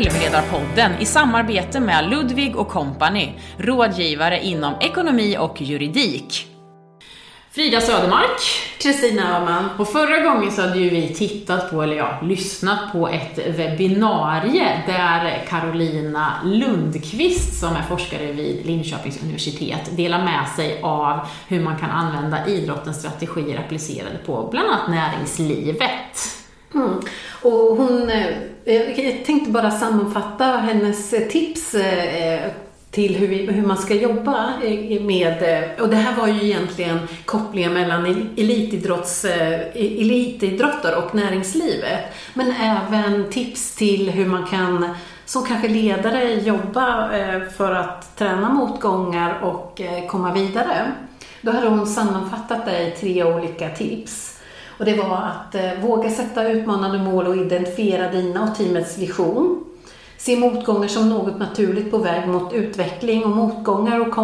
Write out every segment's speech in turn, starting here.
Självledarpodden i samarbete med Ludvig & Company, rådgivare inom ekonomi och juridik. Frida Södermark, Kristina Öhman. Och förra gången så hade ju vi tittat på, lyssnat på ett webbinarie där Carolina Lundqvist, som är forskare vid Linköpings universitet, delar med sig av hur man kan använda idrottens strategier applicerade på bland annat näringslivet. Och jag tänkte bara sammanfatta hennes tips till hur man ska jobba med, och det här var ju egentligen kopplingen mellan elitidrottare och näringslivet, men även tips till hur man kan som kanske ledare jobba för att träna motgångar och komma vidare. Då hade hon sammanfattat det i 3 olika tips. Och det var att våga sätta utmanande mål och identifiera dina och teamets vision. Se motgångar som något naturligt på väg mot utveckling, och motgångar och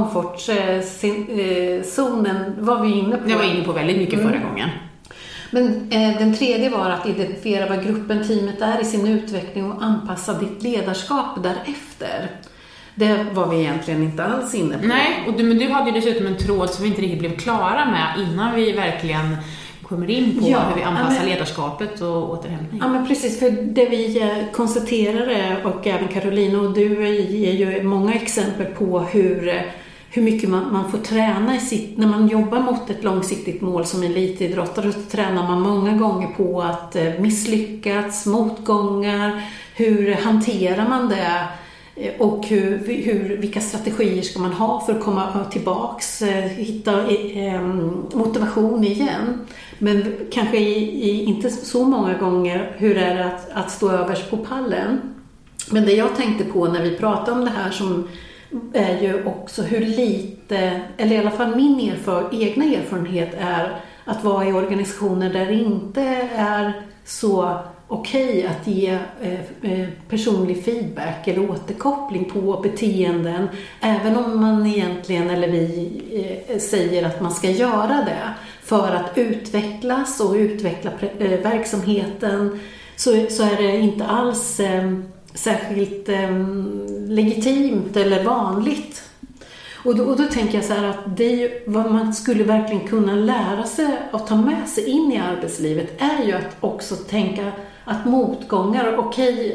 komfortzonen var vi inne på. Jag var inne på väldigt mycket förra gången. Men den tredje var att identifiera vad gruppen, teamet är i sin utveckling och anpassa ditt ledarskap därefter. Det var vi egentligen inte alls inne på. Nej, men du hade ju dessutom en tråd som vi inte riktigt blev klara med innan vi verkligen kommer in på hur vi anpassar ledarskapet och återhämtning. Ja, men precis, för det vi konstaterade, och även Carolina och du ger ju många exempel på hur mycket man får träna när man jobbar mot ett långsiktigt mål som elitidrottare, så tränar man många gånger på att misslyckas, motgångar, hur hanterar man det och vilka strategier ska man ha för att komma tillbaks, hitta motivation igen. Men kanske inte så många gånger hur är det att stå överst på pallen. Men det jag tänkte på när vi pratade om det här, som är ju också hur lite, eller i alla fall min egna erfarenhet är att vara i organisationer där det inte är så okej att ge personlig feedback eller återkoppling på beteenden, även om man egentligen, eller vi säger att man ska göra det för att utvecklas och utveckla verksamheten, så är det inte alls särskilt legitimt eller vanligt. Och då tänker jag så här att det är ju, vad man skulle verkligen kunna lära sig och ta med sig in i arbetslivet är ju att också tänka att motgångar och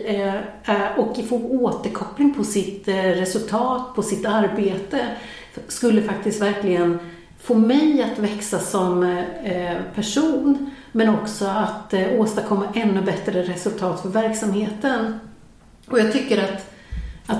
få återkoppling på sitt resultat, på sitt arbete, skulle faktiskt verkligen få mig att växa som person, men också att åstadkomma ännu bättre resultat för verksamheten. Och jag tycker att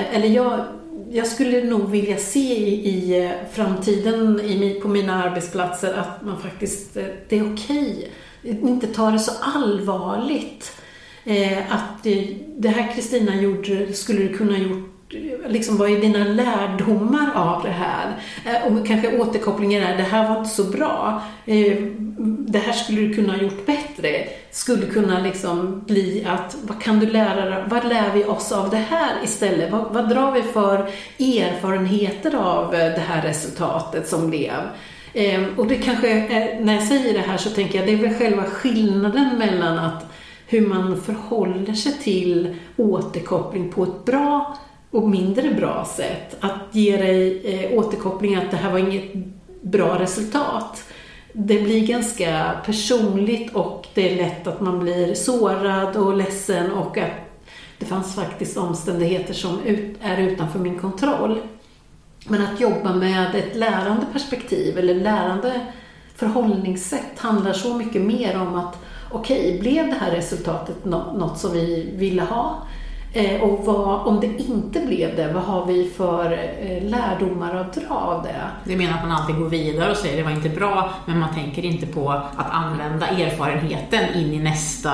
jag skulle nog vilja se i framtiden på mina arbetsplatser att man faktiskt, det är okej, inte tar det så allvarligt. Att det här Kristina gjorde, skulle du kunna gjort, liksom, vad är dina lärdomar av det här? Och kanske återkopplingen är, det här var inte så bra, det här skulle du kunna ha gjort bättre. Skulle kunna liksom bli att, vad kan du lära, vad lär vi oss av det här istället? Vad drar vi för erfarenheter av det här resultatet som blev? Och det kanske, när jag säger det här så tänker jag, det är väl själva skillnaden mellan att hur man förhåller sig till återkoppling på ett bra och mindre bra sätt. Att ge dig återkoppling att det här var inget bra resultat. Det blir ganska personligt, och det är lätt att man blir sårad och ledsen, och att det fanns faktiskt omständigheter som är utanför min kontroll. Men att jobba med ett lärande perspektiv eller lärande förhållningssätt handlar så mycket mer om att okej, blev det här resultatet något som vi ville ha? Och om det inte blev det, vad har vi för lärdomar att dra av det? Det menar att man alltid går vidare och säger det var inte bra, men man tänker inte på att använda erfarenheten in i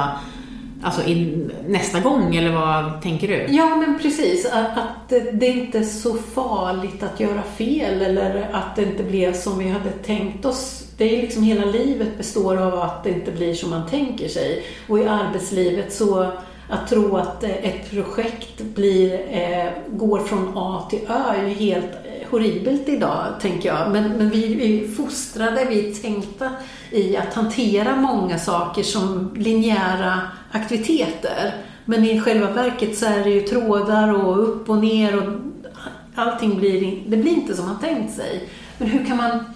nästa gång, eller vad tänker du? Ja, men precis. Att det inte är så farligt att göra fel, eller att det inte blev som vi hade tänkt oss. Det är liksom, hela livet består av att det inte blir som man tänker sig. Och i arbetslivet så att tro att ett projekt går från A till Ö är ju helt horribelt idag, tänker jag. Men vi är fostrade, vi är tänkta i att hantera många saker som linjära aktiviteter. Men i själva verket så är det ju trådar och upp och ner och allting blir inte som man tänkt sig. Men hur kan man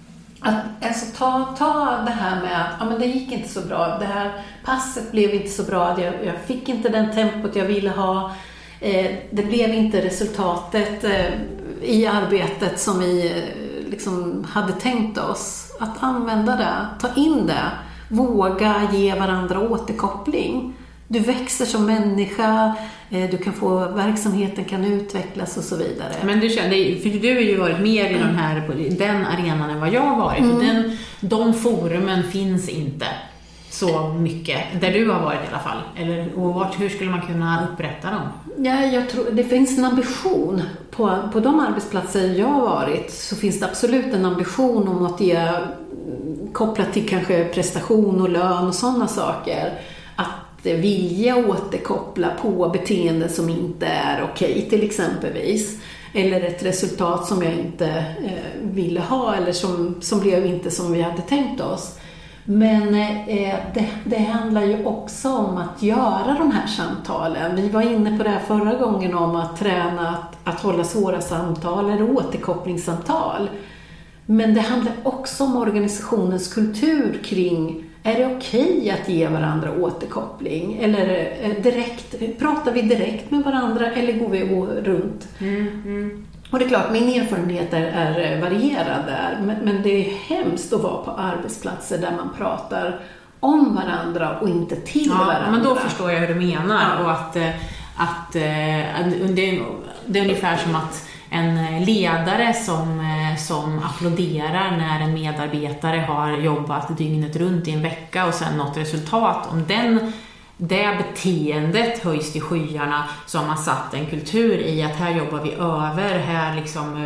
ta det här med att men det gick inte så bra, det här passet blev inte så bra, jag fick inte den tempot jag ville ha, det blev inte resultatet i arbetet som vi liksom hade tänkt oss. Att använda det, ta in det, våga ge varandra återkoppling. Du växer som människa, du kan få, verksamheten kan utvecklas och så vidare. Men du känner, för du har ju varit mer i den arenan än vad jag har varit. Och de forumen finns inte så mycket, där du har varit i alla fall. Hur skulle man kunna upprätta dem? Ja, jag tror det finns en ambition på de arbetsplatser jag har varit, så finns det absolut en ambition om att ge, kopplat till kanske prestation och lön och sådana saker, att vilja återkoppla på beteende som inte är okej, till exempelvis, eller ett resultat som jag inte ville ha, eller som blev inte som vi hade tänkt oss. Men det handlar ju också om att göra de här samtalen. Vi var inne på det här förra gången om att träna att hålla svåra samtal eller återkopplingssamtal. Men det handlar också om organisationens kultur kring, är det okej att ge varandra återkoppling? Eller pratar vi direkt med varandra eller går vi runt? Och det är klart, min erfarenhet är varierad där. Men det är hemskt att vara på arbetsplatser där man pratar om varandra och inte till varandra. Men då förstår jag hur du menar. Ja. Och att det är ungefär som att en ledare som applåderar när en medarbetare har jobbat dygnet runt i en vecka och sen något resultat, om det beteendet höjs till skyarna, så har man satt en kultur i att här jobbar vi över, här liksom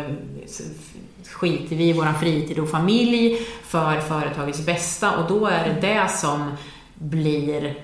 skiter vi i vår fritid och familj för företagets bästa, och då är det som blir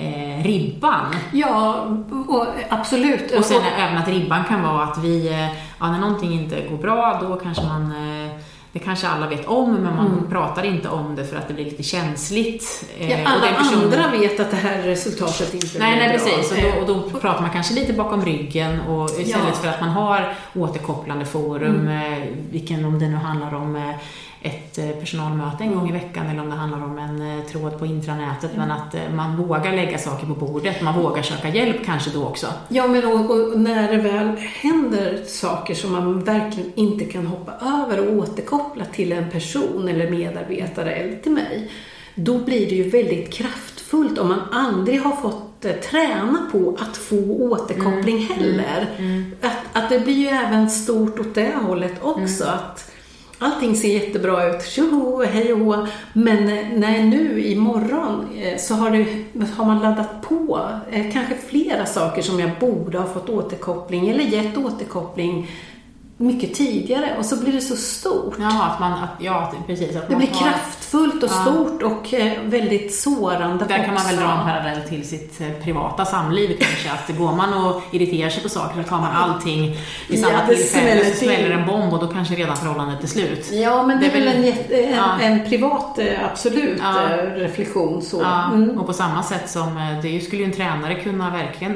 ribban. Ja, absolut. Och sen även att ribban kan vara att när någonting inte går bra, då kanske det kanske alla vet om, men man pratar inte om det för att det blir lite känsligt. Alla andra vet att det här resultatet inte blir bra. Nej, precis. Och då pratar man kanske lite bakom ryggen, och istället för att man har återkopplande forum, om det nu handlar om ett personalmöte en gång i veckan, eller om det handlar om en tråd på intranätet, men att man vågar lägga saker på bordet, man vågar söka hjälp kanske då också. Ja, men och när det väl händer saker som man verkligen inte kan hoppa över och återkoppla till en person eller medarbetare eller till mig, då blir det ju väldigt kraftfullt om man aldrig har fått träna på att få återkoppling heller. Att det blir ju även stort åt det hållet också, att allting ser jättebra ut, tjoho, hej och hå. Men nu imorgon så har man laddat på kanske flera saker som jag borde ha fått återkoppling eller gett återkoppling mycket tidigare, och så blir det så stort. Precis. Att det blir kraftfullt och stort och väldigt sårande. Där kan man väl dra en parallell till sitt privata samliv kanske, att går man och irriterar sig på saker så tar man allting i samma tillfälle, så smäller en bomb och då kanske redan förhållandet är slut. Ja, men det är väl en privat absolut reflektion så. Ja. Och på samma sätt som det skulle ju en tränare kunna verkligen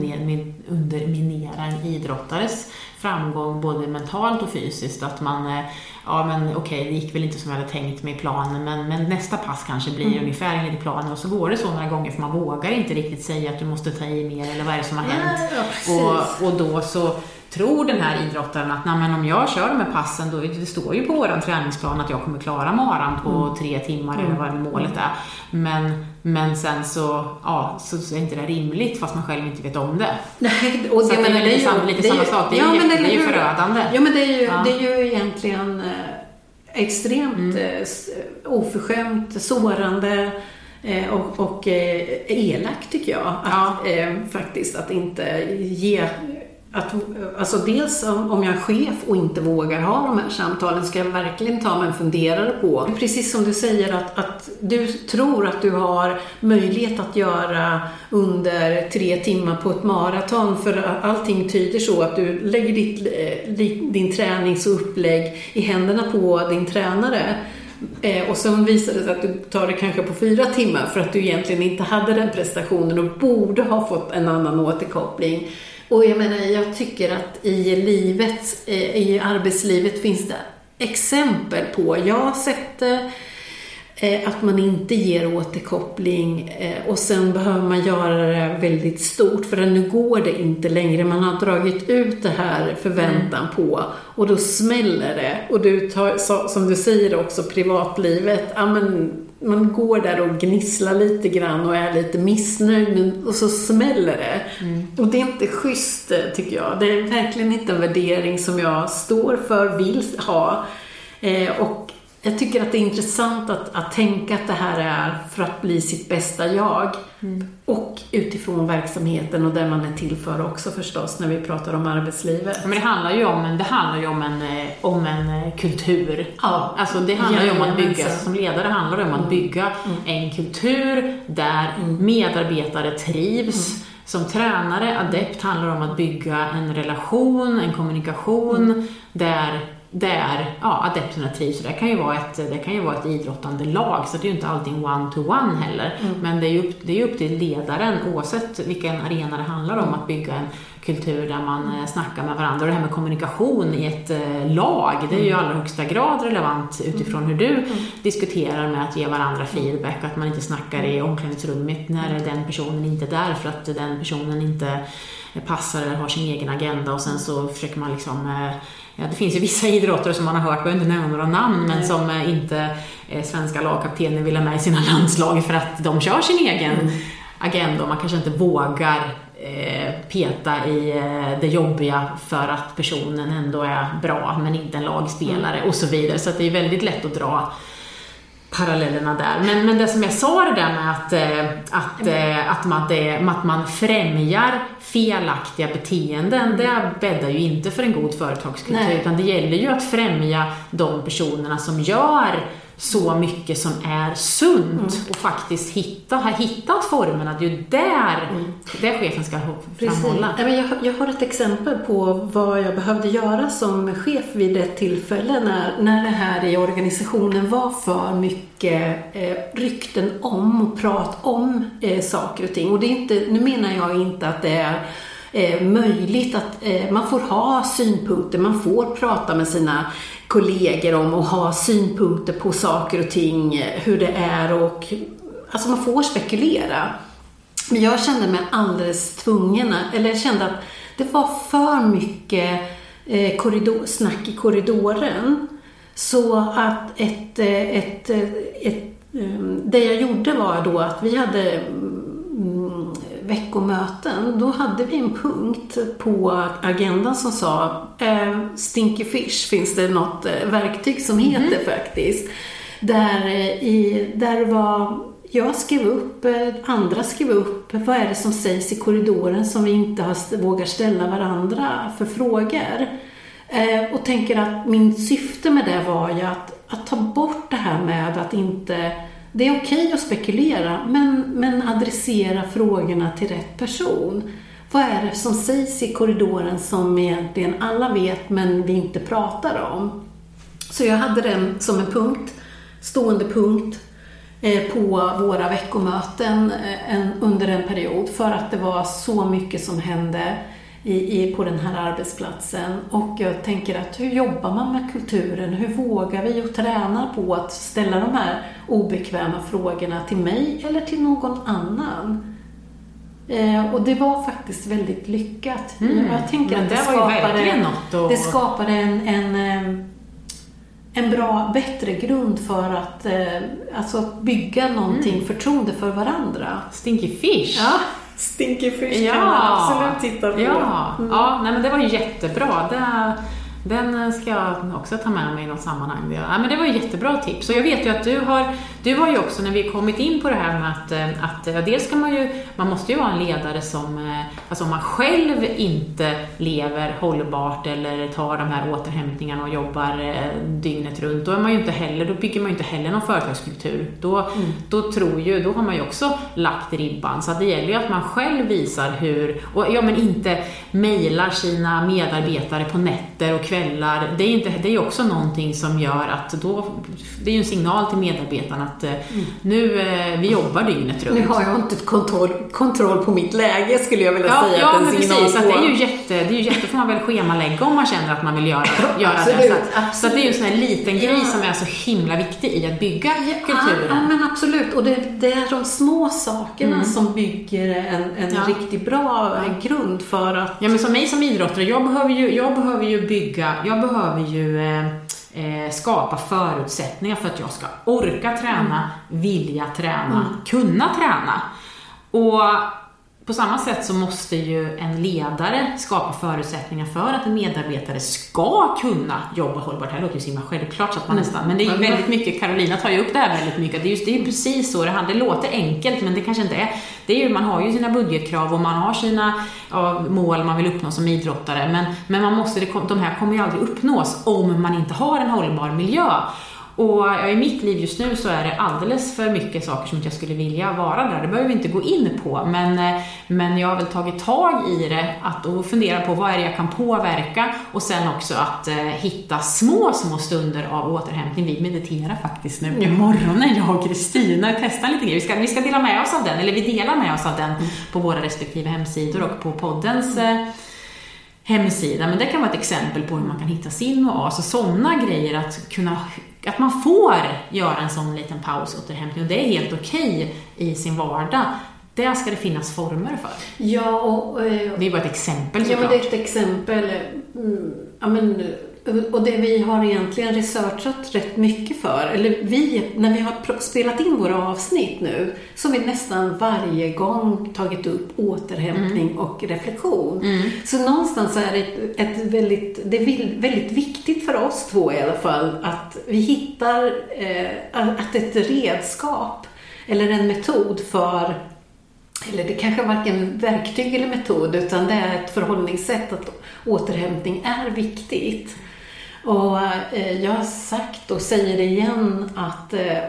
underminera en idrottares framgång både mentalt och fysiskt, att man det gick väl inte som jag hade tänkt mig i planen, men nästa pass kanske blir ungefär enligt planen, och så går det så några gånger för man vågar inte riktigt säga att du måste ta i mer eller vad är det som har hänt. Och då så tror den här idrottaren att om jag kör de här passen, då det står ju på våran träningsplan att jag kommer klara maran på 3 timmar eller vad målet är. Men sen så är inte det rimligt fast man själv inte vet om det. Nej, och så det är lite samma sak. Det är ju förödande. Ja, men det är ju egentligen extremt oförskämt, sårande och elakt tycker jag. Faktiskt att inte ge... Alltså dels om jag är chef och inte vågar ha de här samtalen, ska jag verkligen ta mig en funderare på. Precis som du säger att du tror att du har möjlighet att göra under 3 timmar på ett maraton, för allting tyder så att du lägger din tränings- och upplägg i händerna på din tränare. Och sen visade det sig att du tar det kanske på 4 timmar för att du egentligen inte hade den prestationen och borde ha fått en annan återkoppling. Och jag menar, jag tycker att i arbetslivet finns det exempel på, jag har sett att man inte ger återkoppling och sen behöver man göra det väldigt stort för nu går det inte längre. Man har dragit ut det här förväntan på och då smäller det. Och du tar, som du säger också, privatlivet, ja, men man går där och gnisslar lite grann och är lite missnöjd och så smäller det. Och det är inte schysst, tycker jag. Det är verkligen inte en värdering som jag står för, vill ha. Och jag tycker att det är intressant att tänka att det här är för att bli sitt bästa jag. Och utifrån verksamheten och där man är till för också förstås när vi pratar om arbetslivet. Men det handlar ju om en kultur. Ja. Alltså det handlar ju om att bygga, som ledare handlar det om att bygga en kultur där medarbetare trivs. Som tränare, adept, handlar det om att bygga en relation, en kommunikation där adepterna trivs. Det kan ju vara ett idrottande lag, så det är ju inte alltid one-to-one heller. Men det är ju upp till ledaren, oavsett vilken arena det handlar om, att bygga en kultur där man snackar med varandra. Och det här med kommunikation i ett lag, det är ju i allra högsta grad relevant utifrån hur du diskuterar med att ge varandra feedback, att man inte snackar i omklädningsrummet när den personen inte är där för att den personen inte passar eller har sin egen agenda, och sen så försöker man liksom... Ja, det finns ju vissa idrottare som man har hört, jag vill inte nämna några namn, men som inte svenska lagkaptener vill ha med i sina landslag för att de kör sin egen agenda och man kanske inte vågar peta i det jobbiga för att personen ändå är bra men inte en lagspelare och så vidare. Så att det är väldigt lätt att dra parallellerna där. Men det som jag sa, det där med att man främjar felaktiga beteenden, det bäddar ju inte för en god företagskultur. Nej. Utan det gäller ju att främja de personerna som gör så mycket som är sunt och faktiskt har hittat formerna. Det är ju där chefen ska framhålla. Jag har ett exempel på vad jag behövde göra som chef vid ett tillfälle när det här i organisationen var för mycket rykten om och prat om saker och ting. Och det är inte, nu menar jag inte att det är möjligt att man får ha synpunkter, man får prata med sina kollegor om och ha synpunkter på saker och ting, hur det är, och alltså man får spekulera. Men jag kände mig alldeles tvungen, eller jag kände att det var för mycket snack i korridoren, så att det jag gjorde var då att vi hade veckomöten, då hade vi en punkt på agendan som sa stinky fish, finns det något verktyg som heter faktiskt, där var jag skrev upp, andra skrev upp, vad är det som sägs i korridoren som vi inte vågar ställa varandra för frågor, och tänker att min syfte med det var ju att ta bort det här med att inte. Det är okej att spekulera, men adressera frågorna till rätt person. Vad är det som sägs i korridoren som egentligen alla vet men vi inte pratar om? Så jag hade den som en stående punkt på våra veckomöten under en period, för att det var så mycket som hände på den här arbetsplatsen. Och jag tänker att hur jobbar man med kulturen? Hur vågar vi och tränar på att ställa de här obekväma frågorna till mig eller till någon annan? Och det var faktiskt väldigt lyckat. Jag tänker att det skapade en bättre grund för att alltså bygga någonting förtroende för varandra. Stinky fish. Ja. Stinky fish kan man absolut titta på. Ja, nej, men det var ju jättebra. Den ska jag också ta med mig i något sammanhang. Ja, men det var ju jättebra tips. Och jag vet ju att du har ju också, när vi kommit in på det här med att dels ska man måste ju vara en ledare som, alltså om man själv inte lever hållbart eller tar de här återhämtningarna och jobbar dygnet runt, då är man ju inte heller, då bygger man ju inte heller någon företagskultur. Då har man ju också lagt ribban. Så det gäller ju att man själv visar hur, och men inte mejlar sina medarbetare på nätter och kvällar, det är ju också någonting som gör att det är ju en signal till medarbetarna att vi jobbar dygnet runt. Nu har jag inte kontroll på mitt läge, skulle jag vilja säga. Ja, men precis. Att det är ju jätte får man väl schemalägga om man känner att man vill göra det. Så det är ju en sån här liten grej som är så himla viktig i att bygga kulturen. Ja, men absolut. Och det är de små sakerna som bygger en riktigt bra grund för att... Ja, men som mig som idrottare, jag behöver ju skapa förutsättningar för att jag ska orka träna, vilja träna, kunna träna. Och på samma sätt så måste ju en ledare skapa förutsättningar för att en medarbetare ska kunna jobba hållbart. Det här låter ju så himla självklart så att man nästan... Men det är ju väldigt mycket, Carolina tar ju upp det här väldigt mycket. Det är ju precis så det låter enkelt, men det kanske inte är. Det är ju, man har ju sina budgetkrav och man har sina mål man vill uppnå som idrottare. Men man måste, de här kommer ju aldrig uppnås om man inte har en hållbar miljö. Och i mitt liv just nu så är det alldeles för mycket saker som jag skulle vilja vara där. Det behöver vi inte gå in på. Men jag har väl tagit tag i det och fundera på vad är det jag kan påverka. Och sen också att hitta små stunder av återhämtning. Vi mediterar faktiskt nu i morgonen, jag och Kristina. Testar lite grejer. Vi ska dela med oss av den. Eller vi delar med oss av den på våra respektive hemsidor och på poddens hemsida. Men det kan vara ett exempel på hur man kan hitta sin oas. Och sådana grejer att man får göra en sån liten pausåterhämtning, och det är helt okej i sin vardag. Där ska det finnas former för. Ja, och det är bara ett exempel såklart. Ja, men det är ett exempel. Och det vi har egentligen researchat rätt mycket för, eller när vi har spelat in våra avsnitt nu, så har vi nästan varje gång tagit upp återhämtning och reflektion. Så någonstans är det är väldigt viktigt för oss två i alla fall att vi hittar att ett redskap eller en metod för, eller det kanske är varken verktyg eller metod, utan det är ett förhållningssätt att återhämtning är viktigt. Och jag har sagt och säger det igen att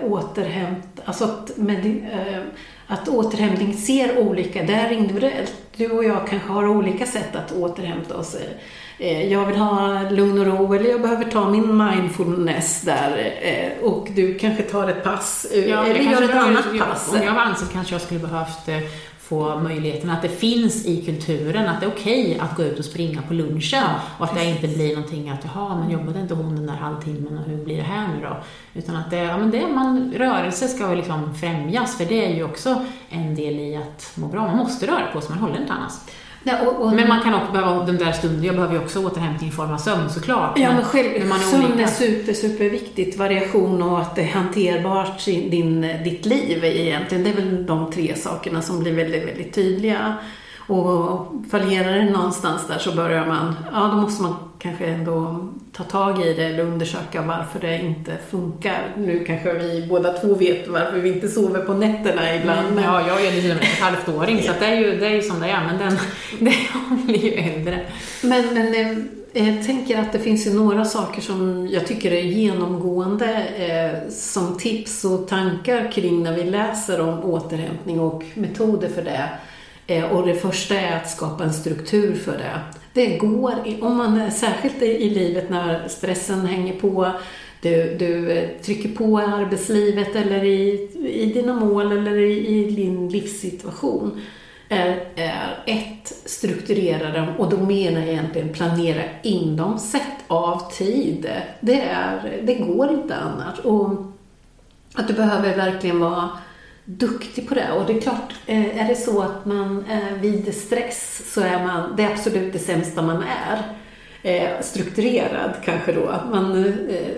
att återhämtning ser olika, det är individuellt. Du och jag kanske har olika sätt att återhämta oss. Jag vill ha lugn och ro, eller jag behöver ta min mindfulness där, och du kanske tar ett pass eller gör ett annat pass. Om jag var anställd kanske jag skulle behövt få möjligheten att det finns i kulturen att det är okej att gå ut och springa på lunchen, och att det inte blir någonting att men jobbade inte hon den där halvtimmen och hur blir det här nu då, utan att rörelse ska liksom främjas, för det är ju också en del i att må bra. Man måste röra på sig, man håller inte annars. Men man kan också behöva den där stunden. Jag behöver ju också återhämtning i form av sömn, såklart. Ja, men sömn är superviktigt. Variation och att det är hanterbart ditt liv egentligen. Det är väl de 3 sakerna som blir väldigt, väldigt tydliga. Och fallerar det någonstans där så börjar man, då måste man kanske ändå ta tag i det eller undersöka varför det inte funkar. Nu kanske vi båda två vet varför vi inte sover på nätterna ibland. Men... Ja, jag är ju en halvåring så att det är ju som det är, men den blir ju äldre. Men jag tänker att det finns ju några saker som jag tycker är genomgående som tips och tankar kring när vi läser om återhämtning och metoder för det. Och det första är att skapa en struktur för det. Det går, om man särskilt i livet när stressen hänger på, du trycker på i arbetslivet eller i dina mål eller i din livssituation, är strukturera dem, och då menar jag egentligen planera in dem, sätt av tid. Det går inte annars, och att du behöver verkligen vara duktig på det. Och det är klart, är det så att man vid stress så är man, det är absolut det sämsta man är, strukturerad kanske då, att man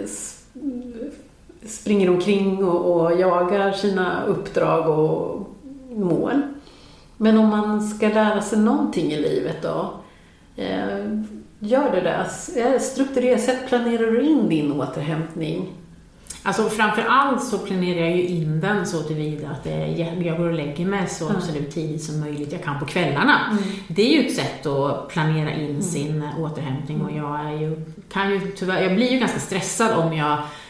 springer omkring och jagar sina uppdrag och mål. Men om man ska lära sig någonting i livet då, gör det där. Strukturerat sätt planerar du in din återhämtning. Alltså framförallt så planerar jag ju in den så tillvida att jag går och lägger mig så absolut tidigt som möjligt jag kan på kvällarna. Det är ju ett sätt att planera in sin återhämtning, och jag blir ju ganska stressad om jag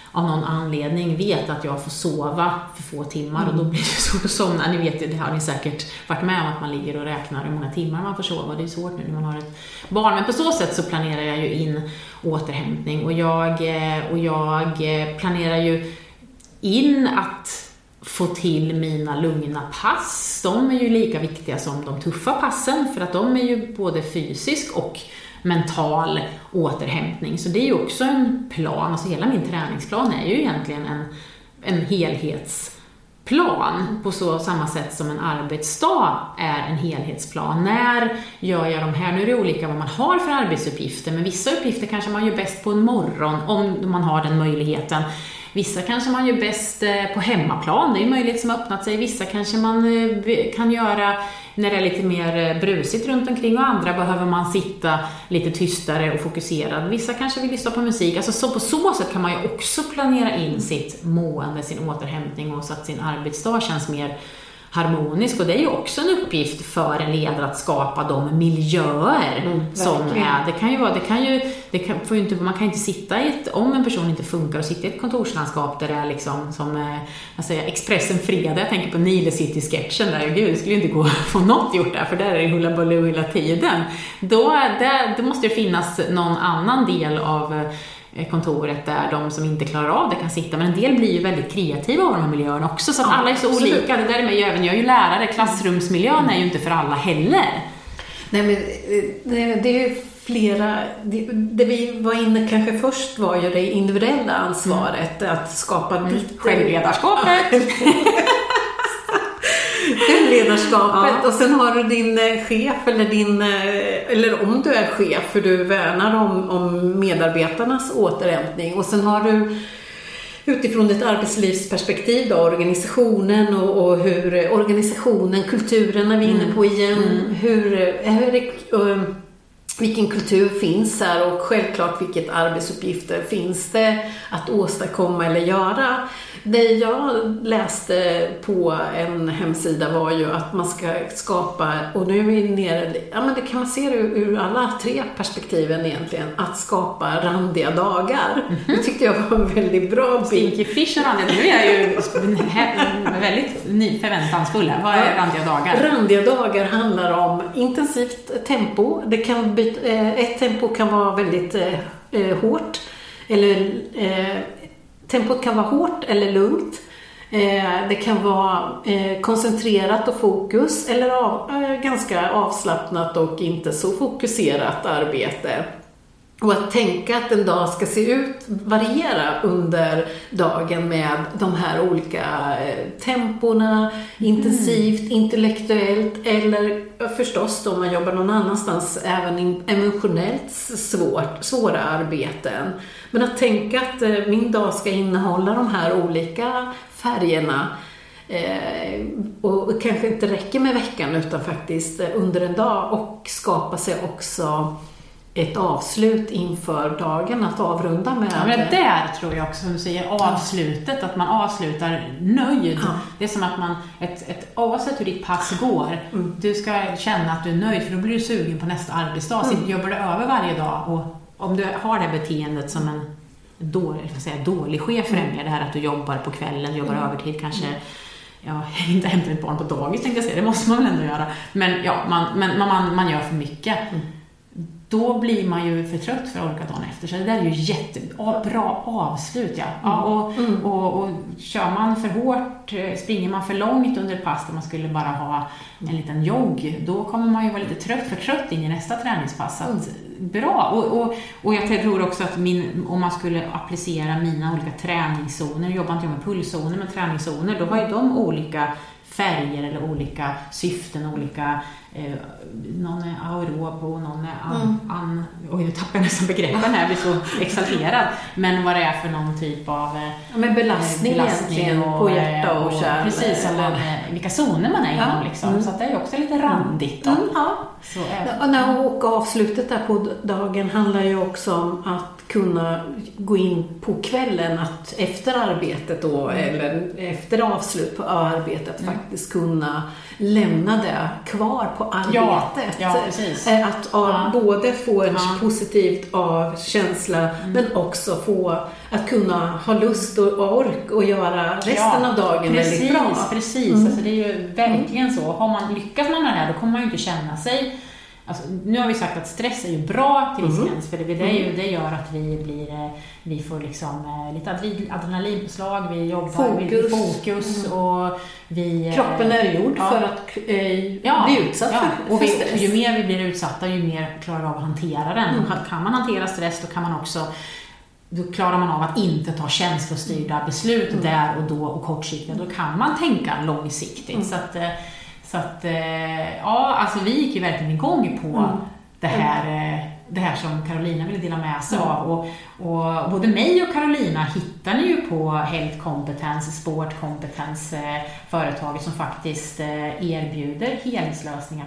av någon anledning vet att jag får sova för få timmar och då blir det svårt att somna. Ni vet ju, det har ni säkert varit med om, att man ligger och räknar hur många timmar man får sova. Det är svårt nu när man har ett barn. Men på så sätt så planerar jag ju in återhämtning och jag planerar ju in att få till mina lugna pass. De är ju lika viktiga som de tuffa passen, för att de är ju både fysisk och mental återhämtning. Så det är ju också en plan, alltså hela min träningsplan är ju egentligen en helhetsplan på så samma sätt som en arbetsdag är en helhetsplan. När gör jag de här? Nu är det olika vad man har för arbetsuppgifter, men vissa uppgifter kanske man gör bäst på en morgon om man har den möjligheten. Vissa kanske man gör bäst på hemmaplan, det är en möjlighet som har öppnat sig. Vissa kanske man kan göra när det är lite mer brusigt runt omkring, och andra behöver man sitta lite tystare och fokuserad. Vissa kanske vill lyssna på musik. Alltså så på så sätt kan man ju också planera in sitt mående, sin återhämtning, och så att sin arbetsdag känns mer harmonisk. Och det är ju också en uppgift för en ledare att skapa de miljöer som är. Det kan ju vara, man kan inte sitta i om en person inte funkar och sitta i ett kontorslandskap där det är liksom som Expressen fredag, jag tänker på Nile City-sketchen där, gud, skulle ju inte gå att få något gjort där, för där är det hullabaloo hela tiden. Då måste det finnas någon annan del av kontoret där de som inte klarar av det kan sitta, men en del blir ju väldigt kreativa av de här miljöerna också, så att alla är så olika. Det där med även jag är ju lärare, klassrumsmiljön är ju inte för alla heller. Nej, men det är ju flera, det vi var inne kanske först var ju det individuella ansvaret att skapa ditt självledarskapet. Ledarskapet, och sen har du din chef eller om du är chef, för du värnar om medarbetarnas återhämtning, och sen har du utifrån ett arbetslivsperspektiv då, organisationen och hur organisationen, kulturen är vi inne på igen, vilken kultur finns här, och självklart vilket arbetsuppgifter finns det att åstadkomma eller göra. Det jag läste på en hemsida var ju att man ska skapa, och nu är vi nere, men det kan man se ur alla tre perspektiven egentligen, att skapa randiga dagar. Det tyckte jag var en väldigt bra bild. Stinky Fish och randiga, nu är jag ju väldigt förväntansfulla. Vad är randiga dagar? Randiga dagar handlar om intensivt tempo. Det kan ett tempo kan vara väldigt hårt, eller tempot kan vara hårt eller lugnt. Det kan vara koncentrerat och fokus, eller ganska avslappnat och inte så fokuserat arbete. Och att tänka att en dag ska se ut, variera under dagen med de här olika temporna, intensivt, intellektuellt, eller förstås då man jobbar någon annanstans, även emotionellt svåra arbeten. Men att tänka att min dag ska innehålla de här olika färgerna, och kanske inte räcker med veckan utan faktiskt under en dag, och skapa sig också ett avslut inför dagen, att avrunda med. Ja, men det där tror jag också, som du säger, avslutet, att man avslutar nöjd. Ja. Det är som att man, oavsett hur ditt pass går, du ska känna att du är nöjd, för då blir du sugen på nästa arbetsdag. Så jobbar du över varje dag, och om du har det beteendet som en dålig chef främjar, det här att du jobbar på kvällen, jobbar övertid kanske, inte hämtar ett barn på dagis tänkte jag säga, det måste man väl ändå göra, men man gör för mycket. Då blir man ju för trött för att orka dagen efter. Så det där är ju jättebra avslut. Och kör man för hårt, springer man för långt under ett pass där man skulle bara ha en liten jogg, då kommer man ju vara lite för trött in i nästa träningspass. Så att, bra. Och jag tror också att om man skulle applicera mina olika träningszoner, jobbar inte jag med pulszoner, men träningszoner, då har ju de olika färger eller olika syften, olika någon är aerob och någon är nu tappar jag nästan begreppen här, jag blir så exalterad, men vad det är för någon typ av belastning på hjärta och kärl, precis, vilka zoner man är inom liksom. Så att det är också lite randigt då. Och avslutet där på dagen handlar ju också om att kunna gå in på kvällen, att efter arbetet då, eller efter avslut på arbetet faktiskt kunna lämna det kvar på arbetet. Ja, precis. Att både få en positivt känsla men också få att kunna ha lust och ork och göra resten av dagen väldigt bra. Precis. Alltså, det är ju verkligen så. Har man lyckats med det här, då kommer man ju inte känna sig... Alltså, nu har vi sagt att stress är ju bra till viss gräns, för det gör att vi får liksom lite adrenalinpåslag, vi jobbar fokus och vi... Kroppen är gjord för att bli utsatt för stress. Och ju mer vi blir utsatta, ju mer klarar av att hantera den. Kan man hantera stress, då kan man också... Då klarar man av att inte ta känslostyrda beslut där och då och kortsiktigt. Då kan man tänka långsiktigt. Så att alltså vi gick ju verkligen igång på det här som Carolina ville dela med sig av. Och både mig och Carolina hittar ni ju på Health Competence, Sport Competence, företaget som faktiskt erbjuder helhetslösningar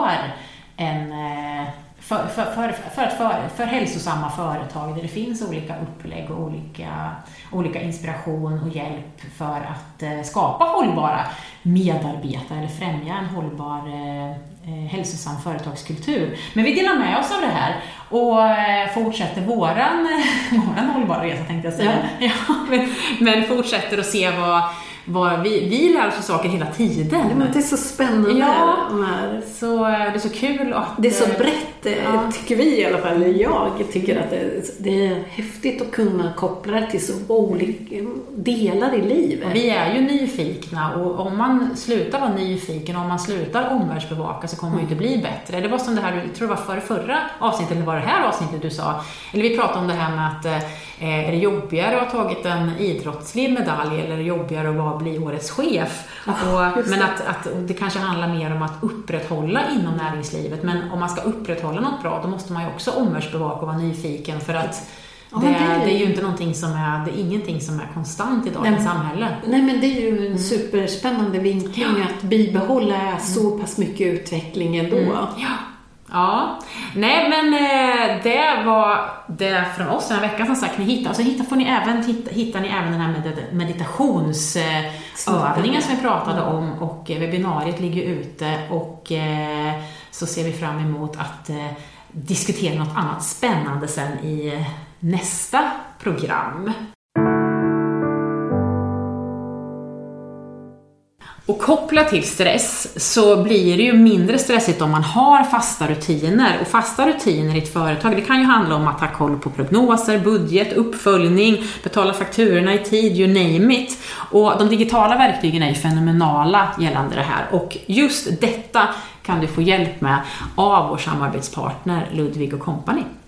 för hälsosamma företag där det finns olika upplägg och olika inspiration och hjälp för att skapa hållbara medarbetare eller främja en hållbar hälsosam företagskultur. Men vi delar med oss av det här och fortsätter våran hållbara resa, tänkte jag säga. Ja, men fortsätter att se vad vi lär oss saker hela tiden. Men det är så spännande. Ja, så det är så kul. Det är så brett, tycker vi i alla fall. Jag tycker att det är häftigt att kunna koppla det till så olika delar i livet. Och vi är ju nyfikna, och om man slutar vara nyfiken och om man slutar omvärldsbevaka så kommer man ju inte bli bättre. Det var som det här, jag tror det var förra avsnittet, eller var det här avsnittet du sa, eller vi pratade om det här med att är det jobbigare att ha tagit en idrottslig medalj eller är det jobbigare att bli årets chef? Men att det kanske handlar mer om att upprätthålla inom näringslivet, men om man ska upprätthålla något bra, då måste man ju också omvärldsbevaka och vara nyfiken, för att det är ju inte någonting det är ingenting som är konstant i dagens samhälle. Nej, men det är ju en superspännande vinkling att bibehålla så pass mycket utveckling ändå. Ja, nej, men det var det från oss den här veckan. Som sagt, hittar ni även den här meditationsövningen som vi pratade om, och webbinariet ligger ute, och så ser vi fram emot att diskutera något annat spännande sen i nästa program. Och kopplat till stress så blir det ju mindre stressigt om man har fasta rutiner. Och fasta rutiner i ett företag, det kan ju handla om att ha koll på prognoser, budget, uppföljning, betala fakturorna i tid, you name it. Och de digitala verktygen är ju fenomenala gällande det här. Och just detta kan du få hjälp med av vår samarbetspartner Ludvig & Company.